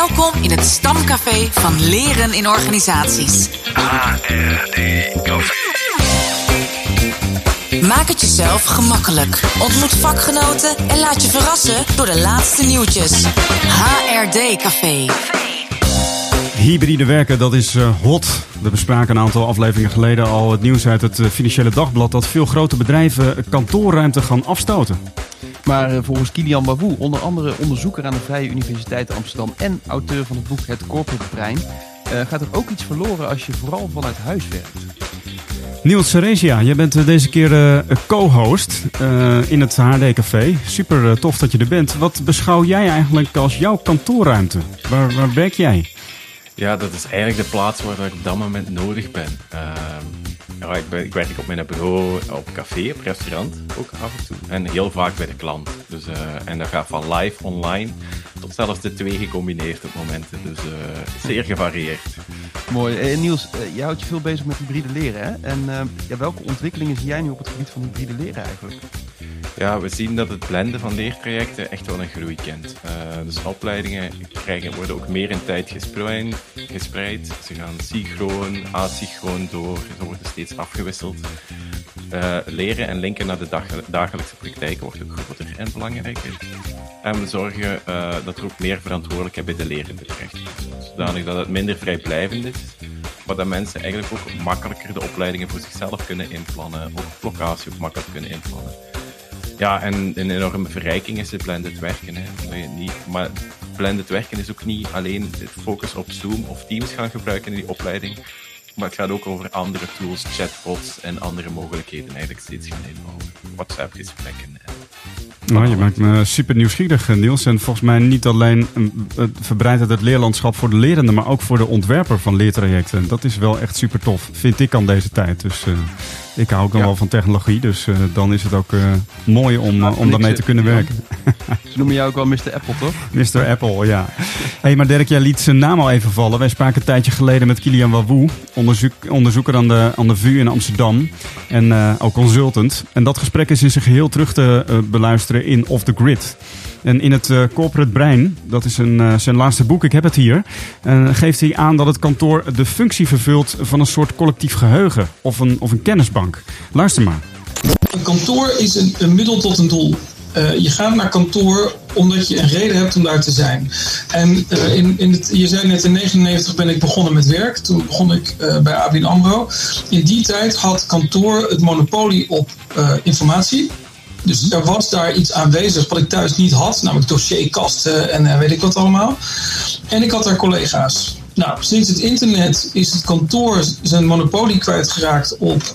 Welkom in het stamcafé van Leren in Organisaties. HRD Café. Maak het jezelf gemakkelijk. Ontmoet vakgenoten en laat je verrassen door de laatste nieuwtjes. HRD Café. Hybride werken, dat is hot. We bespraken een aantal afleveringen geleden al het nieuws uit het Financiële Dagblad dat veel grote bedrijven kantoorruimte gaan afstoten. Maar volgens Kilian Bavou, onder andere onderzoeker aan de Vrije Universiteit Amsterdam en auteur van het boek Het Corporate Brein, gaat er ook iets verloren als je vooral vanuit huis werkt. Niels Serezia, jij bent deze keer co-host in het HRD Café. Super tof dat je er bent. Wat beschouw jij eigenlijk als jouw kantoorruimte? Waar werk jij? Ja, dat is eigenlijk de plaats waar ik op dat moment nodig ben. Ik werk op mijn bureau, op café, op restaurant, ook af en toe. En heel vaak bij de klant. Dus, en dat gaat van live, online, tot zelfs de twee gecombineerd op momenten. Dus zeer gevarieerd. Mooi. Niels, jij houdt je veel bezig met hybride leren, hè? En welke ontwikkelingen zie jij nu op het gebied van hybride leren eigenlijk? Ja, we zien dat het blenden van leertrajecten echt wel een groei kent. Dus opleidingen worden ook meer in tijd gespreid. Ze gaan synchroon, asynchroon door. Ze worden steeds afgewisseld. Leren en linken naar de dagelijkse praktijk wordt ook groter en belangrijker. En we zorgen dat er ook meer verantwoordelijkheid bij de lerende terecht is. Zodanig dat het minder vrijblijvend is. Maar dat mensen eigenlijk ook makkelijker de opleidingen voor zichzelf kunnen inplannen. Op locatie ook makkelijk kunnen inplannen. Ja, en een enorme verrijking is het blended werken. Hè. Maar blended werken is ook niet alleen het focus op Zoom of Teams gaan gebruiken in die opleiding. Maar het gaat ook over andere tools, chatbots en andere mogelijkheden eigenlijk steeds gaan inbouwen. WhatsApp-gesprekken. Nou, je maakt me super nieuwsgierig, Niels. En volgens mij niet alleen verbreidt het leerlandschap voor de lerende, maar ook voor de ontwerper van leertrajecten. Dat is wel echt super tof, vind ik aan deze tijd. Dus ik hou ook nog wel van technologie, dus dan is het ook mooi om daarmee te kunnen werken. Ze noemen jou ook wel Mr. Apple, toch? Mr. Apple, ja. Hey, maar Dirk, jij liet zijn naam al even vallen. Wij spraken een tijdje geleden met Kilian Bavou, onderzoeker aan de VU in Amsterdam en ook consultant. En dat gesprek is in zijn geheel terug te beluisteren in Off the Grid. En in het Corporate Brein, dat is zijn laatste boek, ik heb het hier, geeft hij aan dat het kantoor de functie vervult van een soort collectief geheugen of een kennisbank. Luister maar. Een kantoor is een middel tot een doel. Je gaat naar kantoor omdat je een reden hebt om daar te zijn. En je zei net, in 1999 ben ik begonnen met werk. Toen begon ik bij ABN AMRO. In die tijd had kantoor het monopolie op informatie. Dus er was daar iets aanwezig wat ik thuis niet had. Namelijk dossierkasten en weet ik wat allemaal. En ik had daar collega's. Nou, sinds het internet is het kantoor zijn monopolie kwijtgeraakt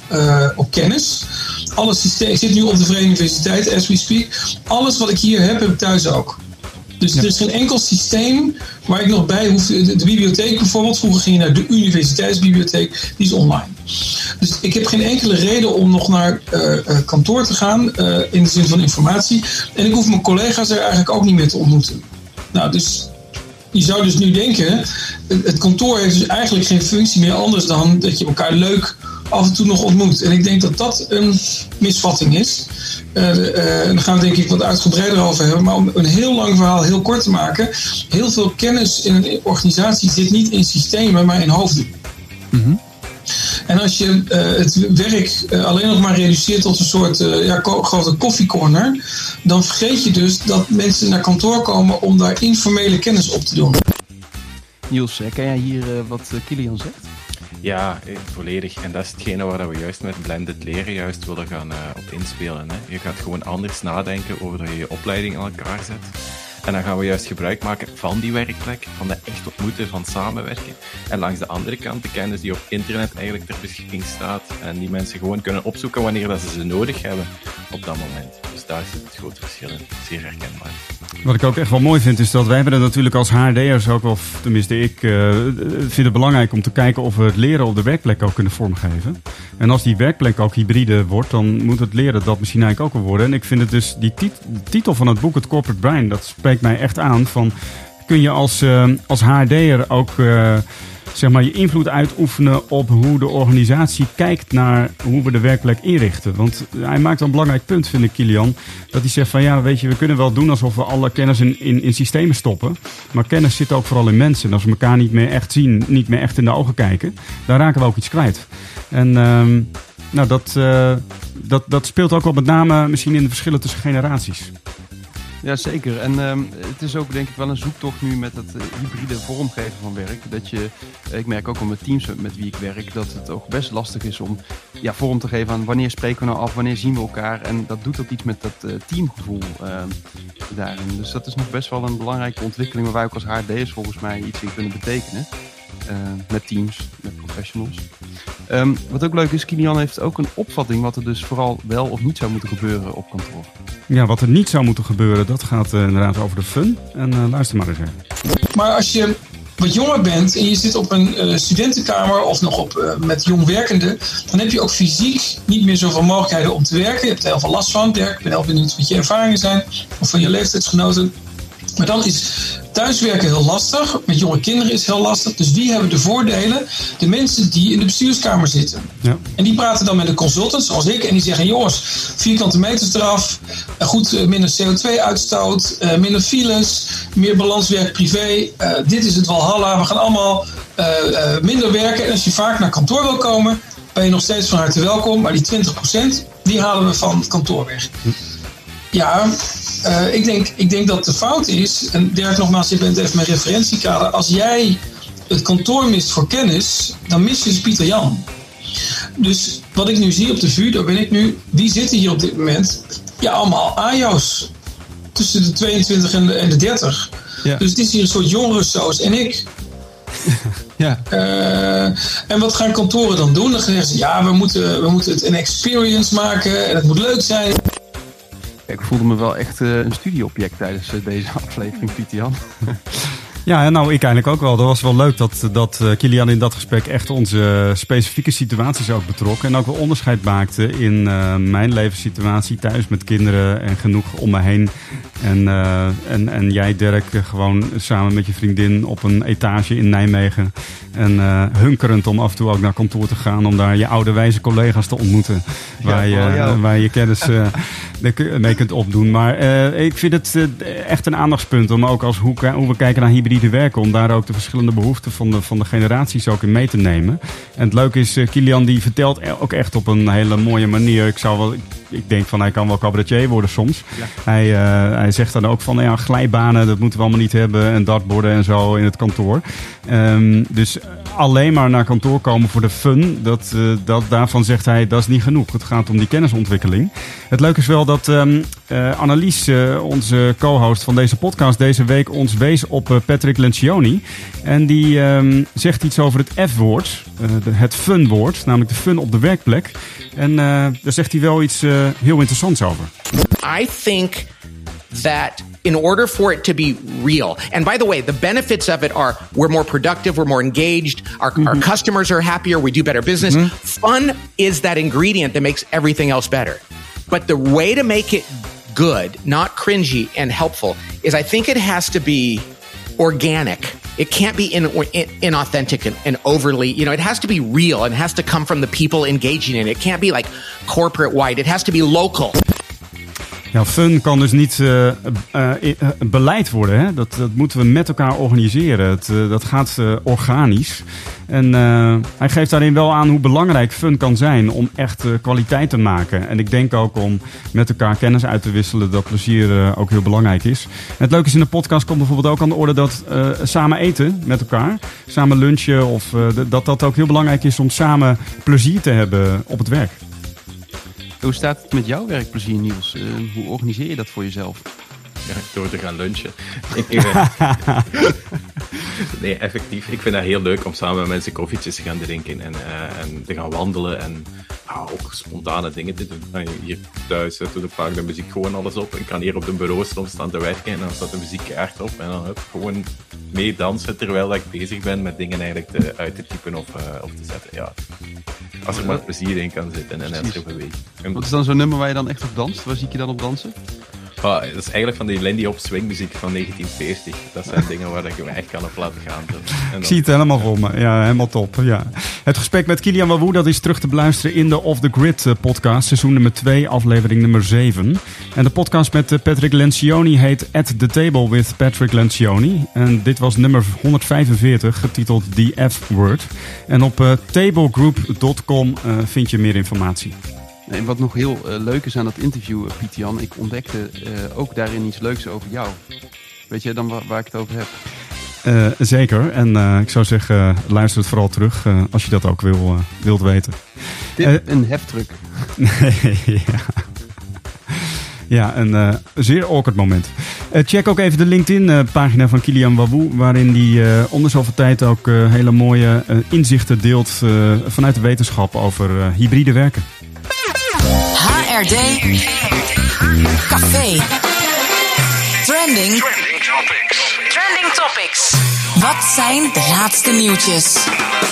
op kennis. Alle systemen, ik zit nu op de Vrije Universiteit, as we speak. Alles wat ik hier heb ik thuis ook. Dus er is geen enkel systeem waar ik nog bij hoef. De bibliotheek bijvoorbeeld, vroeger ging je naar de universiteitsbibliotheek, die is online. Dus ik heb geen enkele reden om nog naar kantoor te gaan, in de zin van informatie. En ik hoef mijn collega's er eigenlijk ook niet meer te ontmoeten. Nou, dus je zou dus nu denken, het kantoor heeft dus eigenlijk geen functie meer anders dan dat je elkaar leuk af en toe nog ontmoet. En ik denk dat dat een misvatting is. Daar gaan we denk ik wat uitgebreider over hebben. Maar om een heel lang verhaal heel kort te maken. Heel veel kennis in een organisatie zit niet in systemen, maar in hoofden. Mm-hmm. En als je het werk alleen nog maar reduceert tot een soort grote koffiecorner, dan vergeet je dus dat mensen naar kantoor komen om daar informele kennis op te doen. Niels, ken jij hier wat Kilian zegt? Ja, volledig. En dat is hetgene waar we juist met blended leren juist willen gaan op inspelen. Hè. Je gaat gewoon anders nadenken over dat je je opleiding aan elkaar zet. En dan gaan we juist gebruik maken van die werkplek, van de echt ontmoeten, van samenwerken. En langs de andere kant de kennis die op internet eigenlijk ter beschikking staat. En die mensen gewoon kunnen opzoeken wanneer dat ze nodig hebben op dat moment. Dus daar zit het groot verschil in. Zeer herkenbaar. Wat ik ook echt wel mooi vind is dat wij hebben het natuurlijk als HRD'ers ook wel, tenminste ik vind het belangrijk om te kijken of we het leren op de werkplek ook kunnen vormgeven. En als die werkplek ook hybride wordt, dan moet het leren dat misschien eigenlijk ook wel worden. En ik vind het dus, die titel van het boek, het Corporate Brein, dat spreekt mij echt aan van, kun je als HRD'er ook zeg maar je invloed uitoefenen op hoe de organisatie kijkt naar hoe we de werkplek inrichten. Want hij maakt wel een belangrijk punt, vind ik, Kilian. Dat hij zegt van ja, weet je, we kunnen wel doen alsof we alle kennis in systemen stoppen. Maar kennis zit ook vooral in mensen. En als we elkaar niet meer echt zien, niet meer echt in de ogen kijken, dan raken we ook iets kwijt. En dat speelt ook wel met name misschien in de verschillen tussen generaties. Ja, zeker. En het is ook denk ik wel een zoektocht nu met het hybride vormgeven van werk. Dat ik merk ook al met teams met wie ik werk, dat het ook best lastig is om vorm te geven aan wanneer spreken we nou af, wanneer zien we elkaar. En dat doet ook iets met dat teamgevoel daarin. Dus dat is nog best wel een belangrijke ontwikkeling waar wij ook als HRD'ers volgens mij iets in kunnen betekenen. Met teams, met professionals. Wat ook leuk is, Kilian heeft ook een opvatting wat er dus vooral wel of niet zou moeten gebeuren op kantoor. Ja, wat er niet zou moeten gebeuren, dat gaat inderdaad over de fun. En luister maar eens even. Maar als je wat jonger bent en je zit op een studentenkamer of nog met jongwerkenden, dan heb je ook fysiek niet meer zoveel mogelijkheden om te werken. Je hebt er heel veel last van. Dirk, ik ben heel benieuwd wat je ervaringen zijn of van je leeftijdsgenoten. Maar dan is thuiswerken heel lastig. Met jonge kinderen is het heel lastig. Dus wie hebben de voordelen? De mensen die in de bestuurskamer zitten. Ja. En die praten dan met een consultant zoals ik. En die zeggen, jongens, vierkante meters eraf. Minder CO2-uitstoot. Minder files. Meer balanswerk privé. Dit is het Walhalla. We gaan allemaal minder werken. En als je vaak naar kantoor wil komen, ben je nog steeds van harte welkom. Maar die 20%, die halen we van het kantoor weg. Ja, ik denk dat de fout is, en Dirk, nogmaals, je bent even mijn referentiekader. Als jij het kantoor mist voor kennis, dan mis je dus Pieter Jan. Dus wat ik nu zie op de VU, daar ben ik nu, wie zitten hier op dit moment? Ja, allemaal AJO's. Tussen de 22 en de 30. Ja. Dus het is hier een soort jongerensoos en ik. Ja. En wat gaan kantoren dan doen? Dan zeggen ze, ja, we moeten het een experience maken en het moet leuk zijn. Ik voelde me wel echt een studieobject tijdens deze aflevering, Pieter Jan. Ja, nou, ik eigenlijk ook wel. Dat was wel leuk dat Kilian in dat gesprek echt onze specifieke situaties ook betrok. En ook wel onderscheid maakte in mijn levenssituatie thuis met kinderen en genoeg om me heen. En jij, Dirk, gewoon samen met je vriendin op een etage in Nijmegen. En hunkerend om af en toe ook naar kantoor te gaan om daar je oude wijze collega's te ontmoeten. Waar je kennis mee kunt opdoen. Maar ik vind het echt een aandachtspunt om ook als hoe we kijken naar hybride werken, om daar ook de verschillende behoeften van de generaties ook in mee te nemen. En het leuke is, Kilian die vertelt ook echt op een hele mooie manier. Ik denk van hij kan wel cabaretier worden soms. Ja. Hij zegt dan ook van glijbanen, dat moeten we allemaal niet hebben. En dartborden en zo in het kantoor. Dus alleen maar naar kantoor komen voor de fun, daarvan zegt hij, dat is niet genoeg. Het gaat om die kennisontwikkeling. Het leuke is wel dat Annelies, onze co-host van deze podcast, deze week ons wees op Patrick Lencioni. En die zegt iets over het F-woord, het fun-woord, namelijk de fun op de werkplek. En daar zegt hij wel iets heel interessants over. I think that in order for it to be real, and by the way, the benefits of it are we're more productive, we're more engaged, our customers are happier, we do better business. Fun is that ingredient that makes everything else better. But the way to make it good, not cringy and helpful, is I think it has to be organic. It can't be inauthentic and overly, it has to be real and it has to come from the people engaging in it. It can't be like corporate wide. It has to be local. Ja, fun kan dus niet beleid worden. Hè? Dat moeten we met elkaar organiseren. Dat gaat organisch. En hij geeft daarin wel aan hoe belangrijk fun kan zijn om echt kwaliteit te maken. En ik denk ook om met elkaar kennis uit te wisselen, dat plezier ook heel belangrijk is. En het leuke is, in de podcast komt bijvoorbeeld ook aan de orde dat samen eten met elkaar, samen lunchen, of dat ook heel belangrijk is om samen plezier te hebben op het werk. Hoe staat het met jouw werkplezier, Niels? Hoe organiseer je dat voor jezelf? Ja, door te gaan lunchen. Nee, effectief. Ik vind dat heel leuk om samen met mensen koffietjes te gaan drinken en te gaan wandelen en ook spontane dingen te doen. Hier thuis doe ik vaak de muziek gewoon alles op. Ik kan hier op de bureau soms staan te werken en dan staat de muziek keihard op en dan gewoon mee dansen terwijl ik bezig ben met dingen eigenlijk uit te typen of te zetten. Ja. Als er maar plezier in kan zitten en te bewegen. Wat is dan zo'n nummer waar je dan echt op danst? Waar zie ik je dan op dansen? Dat is eigenlijk van die Lindy Hop swingmuziek van 1940. Dat zijn dingen waar ik me echt kan op laten gaan. Ik zie het helemaal voor me. Ja, helemaal top. Ja. Het gesprek met Kilian Wawoe, dat is terug te beluisteren in de Off The Grid podcast. Seizoen nummer 2, aflevering nummer 7. En de podcast met Patrick Lencioni heet At The Table with Patrick Lencioni. En dit was nummer 145, getiteld The F-Word. En op tablegroup.com vind je meer informatie. En wat nog heel leuk is aan dat interview, Piet-Jan, ik ontdekte ook daarin iets leuks over jou. Weet je dan waar ik het over heb? Zeker. En ik zou zeggen, luister het vooral terug als je dat ook wilt weten. Een heftruck. Ja, een zeer awkward moment. Check ook even de LinkedIn-pagina van Kilian Wawoe, waarin hij onder zoveel tijd ook hele mooie inzichten deelt vanuit de wetenschap over hybride werken. HRD Café. Trending Topics. Wat zijn de laatste nieuwtjes?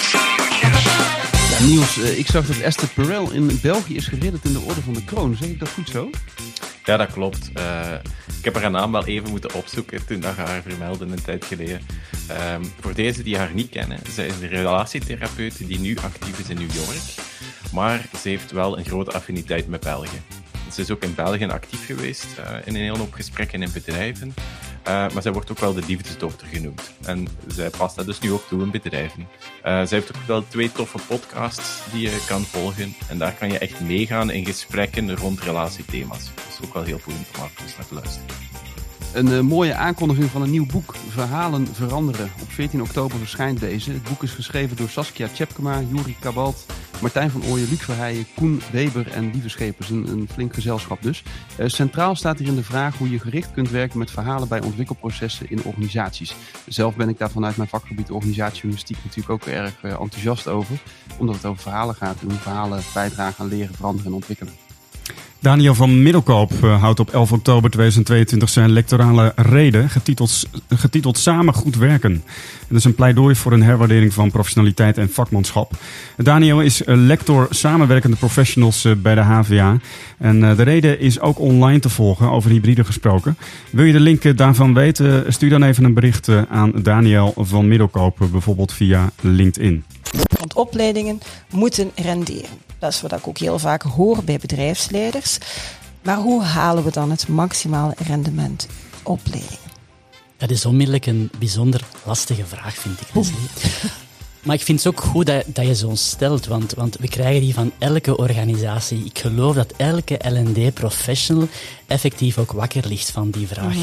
Ja, Niels, ik zag dat Esther Perel in België is geridderd in de Orde van de Kroon. Zeg ik dat goed zo? Ja, dat klopt. Ik heb haar naam wel even moeten opzoeken toen ik haar vermeldde een tijd geleden. Voor deze die haar niet kennen, zij is een relatietherapeut die nu actief is in New York. Maar ze heeft wel een grote affiniteit met België. Ze is ook in België actief geweest in een hele hoop gesprekken in bedrijven. Maar zij wordt ook wel de liefdesdochter genoemd. En zij past dat dus nu ook toe in bedrijven. Zij heeft ook wel 2 toffe podcasts die je kan volgen. En daar kan je echt meegaan in gesprekken rond relatiethema's. Dat is ook wel heel boeiend om af naar te luisteren. Een mooie aankondiging van een nieuw boek, Verhalen veranderen. Op 14 oktober verschijnt deze. Het boek is geschreven door Saskia Tjepkema, Juri Kabalt, Martijn van Ooyen, Luc Verheijen, Koen Weber en Lieve Schepers. Een flink gezelschap dus. Centraal staat hierin de vraag hoe je gericht kunt werken met verhalen bij ontwikkelprocessen in organisaties. Zelf ben ik daar vanuit mijn vakgebied organisatiejournalistiek natuurlijk ook erg enthousiast over. Omdat het over verhalen gaat en hoe verhalen bijdragen aan leren, veranderen en ontwikkelen. Daniel van Middelkoop houdt op 11 oktober 2022 zijn lectorale rede, getiteld Samen goed werken. En dat is een pleidooi voor een herwaardering van professionaliteit en vakmanschap. Daniel is lector samenwerkende professionals bij de HVA. En de rede is ook online te volgen, over hybride gesproken. Wil je de link daarvan weten, stuur dan even een bericht aan Daniel van Middelkoop, bijvoorbeeld via LinkedIn. Want opleidingen moeten renderen. Dat is wat ik ook heel vaak hoor bij bedrijfsleiders. Maar hoe halen we dan het maximale rendement opleidingen? Dat is onmiddellijk een bijzonder lastige vraag, vind ik, Leslie. Maar ik vind het ook goed dat je zo'n stelt, want we krijgen die van elke organisatie. Ik geloof dat elke L&D-professional effectief ook wakker ligt van die vraag.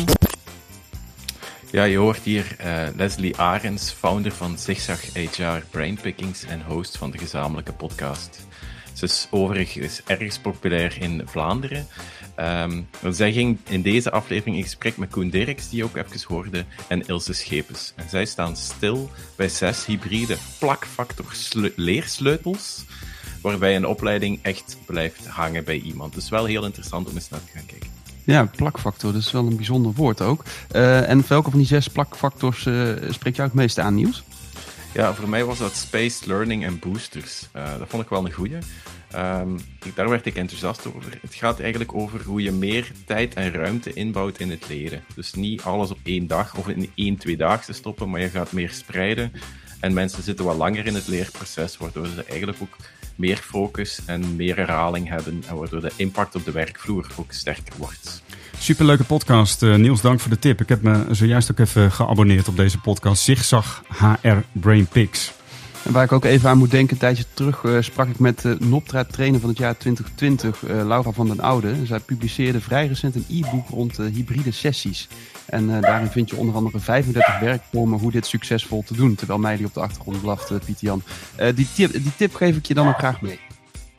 Ja, je hoort hier Leslie Arends, founder van Zigzag HR Brainpickings en host van de gezamenlijke podcast. Ze is overigens erg populair in Vlaanderen. Zij ging in deze aflevering in gesprek met Koen Dirks, die je ook even hoorde, en Ilse Schepens. En zij staan stil bij 6 hybride plakfactor leersleutels, waarbij een opleiding echt blijft hangen bij iemand. Dus wel heel interessant om eens naar te gaan kijken. Ja, plakfactor, dat is wel een bijzonder woord ook. En welke van die 6 plakfactors spreekt jou het meeste aan, Niels? Ja, voor mij was dat Spaced Learning en Boosters. Dat vond ik wel een goeie. Daar werd ik enthousiast over. Het gaat eigenlijk over hoe je meer tijd en ruimte inbouwt in het leren. Dus niet alles op 1 dag of in 1-2 dagen stoppen, maar je gaat meer spreiden. En mensen zitten wat langer in het leerproces, waardoor ze eigenlijk ook meer focus en meer herhaling hebben. En waardoor de impact op de werkvloer ook sterker wordt. Superleuke podcast. Niels, dank voor de tip. Ik heb me zojuist ook even geabonneerd op deze podcast. Zigzag HR Brainpicks. En waar ik ook even aan moet denken, een tijdje terug sprak ik met de Noptra-trainer van het jaar 2020, Laura van den Oude. Zij publiceerde vrij recent een e-book rond hybride sessies. En daarin vind je onder andere 35 werkvormen hoe dit succesvol te doen. Terwijl mij die op de achtergrond blaft, Piet-Jan. Die tip geef ik je dan ook graag mee.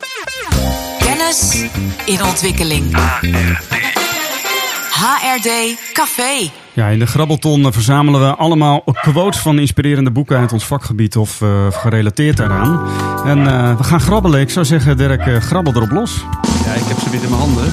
Kennis in ontwikkeling. HRD Café. Ja, in de Grabbelton verzamelen we allemaal quotes van inspirerende boeken uit ons vakgebied of gerelateerd daaraan. En we gaan grabbelen. Ik zou zeggen, Dirk, grabbel erop los. Ja, ik heb ze weer in mijn handen.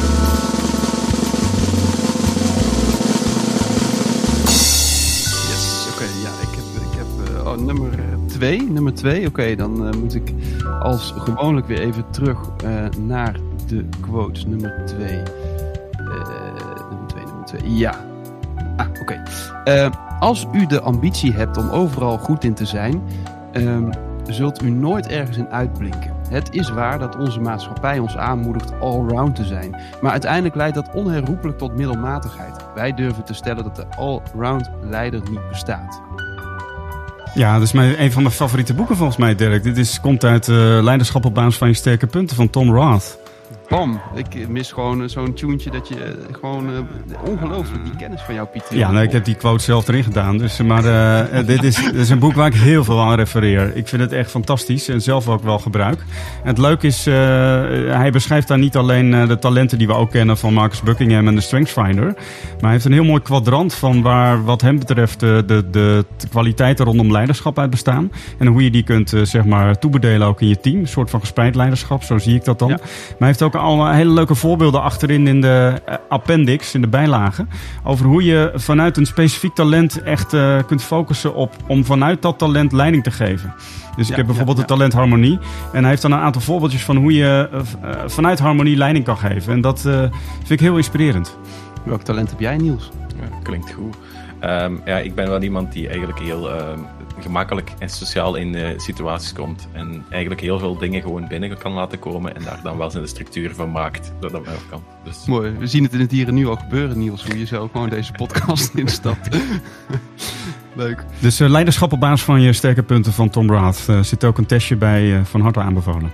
Yes, oké. Ja, ik heb nummer 2. Oké, dan moet ik als gewoonlijk weer even terug naar de quote. Nummer 2. Ja. Oké. Als u de ambitie hebt om overal goed in te zijn, zult u nooit ergens in uitblinken. Het is waar dat onze maatschappij ons aanmoedigt allround te zijn. Maar uiteindelijk leidt dat onherroepelijk tot middelmatigheid. Wij durven te stellen dat de allround leider niet bestaat. Ja, dat is een van mijn favoriete boeken volgens mij, Dirk. Komt uit Leiderschap op basis van je sterke punten van Tom Roth. Bam, ik mis gewoon zo'n tuentje dat je ongelooflijk die kennis van jou, Pieter. Ja, ik heb die quote zelf erin gedaan. Maar dit is een boek waar ik heel veel aan refereer. Ik vind het echt fantastisch en zelf ook wel gebruik. En het leuke is, hij beschrijft daar niet alleen de talenten die we ook kennen van Marcus Buckingham en de StrengthsFinder. Maar hij heeft een heel mooi kwadrant van waar wat hem betreft de kwaliteiten rondom leiderschap uit bestaan. En hoe je die kunt toebedelen ook in je team. Een soort van gespreid leiderschap, zo zie ik dat dan. Ja. Maar hij heeft ook al hele leuke voorbeelden achterin in de appendix, in de bijlagen. Over hoe je vanuit een specifiek talent echt kunt focussen om vanuit dat talent leiding te geven. Dus ik heb bijvoorbeeld het talent harmonie. En hij heeft dan een aantal voorbeeldjes van hoe je vanuit harmonie leiding kan geven. En dat vind ik heel inspirerend. Welk talent heb jij, Niels? Ja, klinkt goed. Ik ben wel iemand die eigenlijk heel gemakkelijk en sociaal in situaties komt. En eigenlijk heel veel dingen gewoon binnen kan laten komen. En daar dan wel zijn de structuur van maakt. Dat mij ook kan. Dus... Mooi. We zien het in het hier en nu al gebeuren, Niels. Hoe je zo gewoon deze podcast instapt. Leuk. Dus leiderschap op basis van je sterke punten van Tom Roth. Zit ook een testje bij, van harte aanbevolen.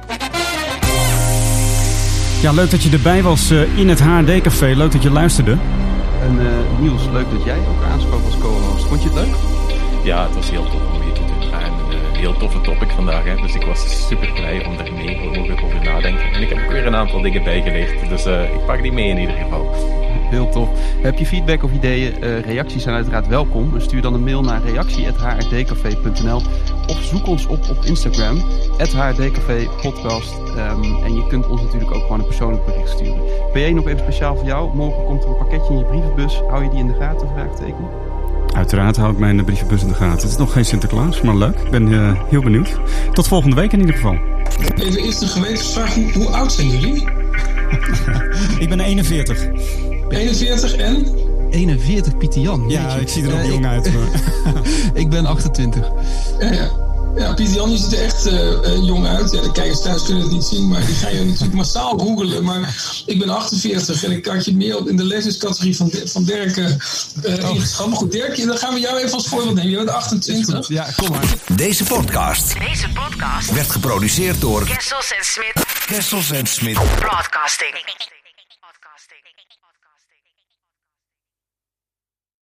Ja, leuk dat je erbij was in het HRD-café. Leuk dat je luisterde. En Niels, leuk dat jij ook aansprak als co-host. Vond je het leuk? Ja, het was heel tof om mee te doen. En een heel toffe topic vandaag. Hè. Dus ik was super blij om daar mee mogelijk over nadenken. En ik heb ook weer een aantal dingen bijgeleerd. Dus ik pak die mee in ieder geval. Heel tof. Heb je feedback of ideeën? Reacties zijn uiteraard welkom. Stuur dan een mail naar redactie@hrdcafé.nl of zoek ons op Instagram @hrdcafépodcast. En je kunt ons natuurlijk ook gewoon een persoonlijk bericht sturen. PJ, nog even speciaal voor jou. Morgen komt er een pakketje in je brievenbus. Hou je die in de gaten? Vraagteken. Uiteraard hou ik mijn brievenbus in de gaten. Het is nog geen Sinterklaas, maar leuk. Ik ben heel benieuwd. Tot volgende week in ieder geval. Even eerst een gewetensvraag. Hoe oud zijn jullie? Ik ben 41. 41 en? 41, Pieter Jan. Ja, ik zie er ook jong uit. Maar... ik ben 28. Ja, Pieter Jan, die ziet er echt jong uit. Ja, de kijkers thuis kunnen het niet zien, maar die ga je natuurlijk massaal googelen. Maar ik ben 48 en ik had je meer in de levenscategorie van Dirk ingeschat. Maar goed, Dirk, dan gaan we jou even als voorbeeld nemen. Je bent 28. Ja, kom maar. Deze podcast werd geproduceerd door Kessels en Smit Broadcasting.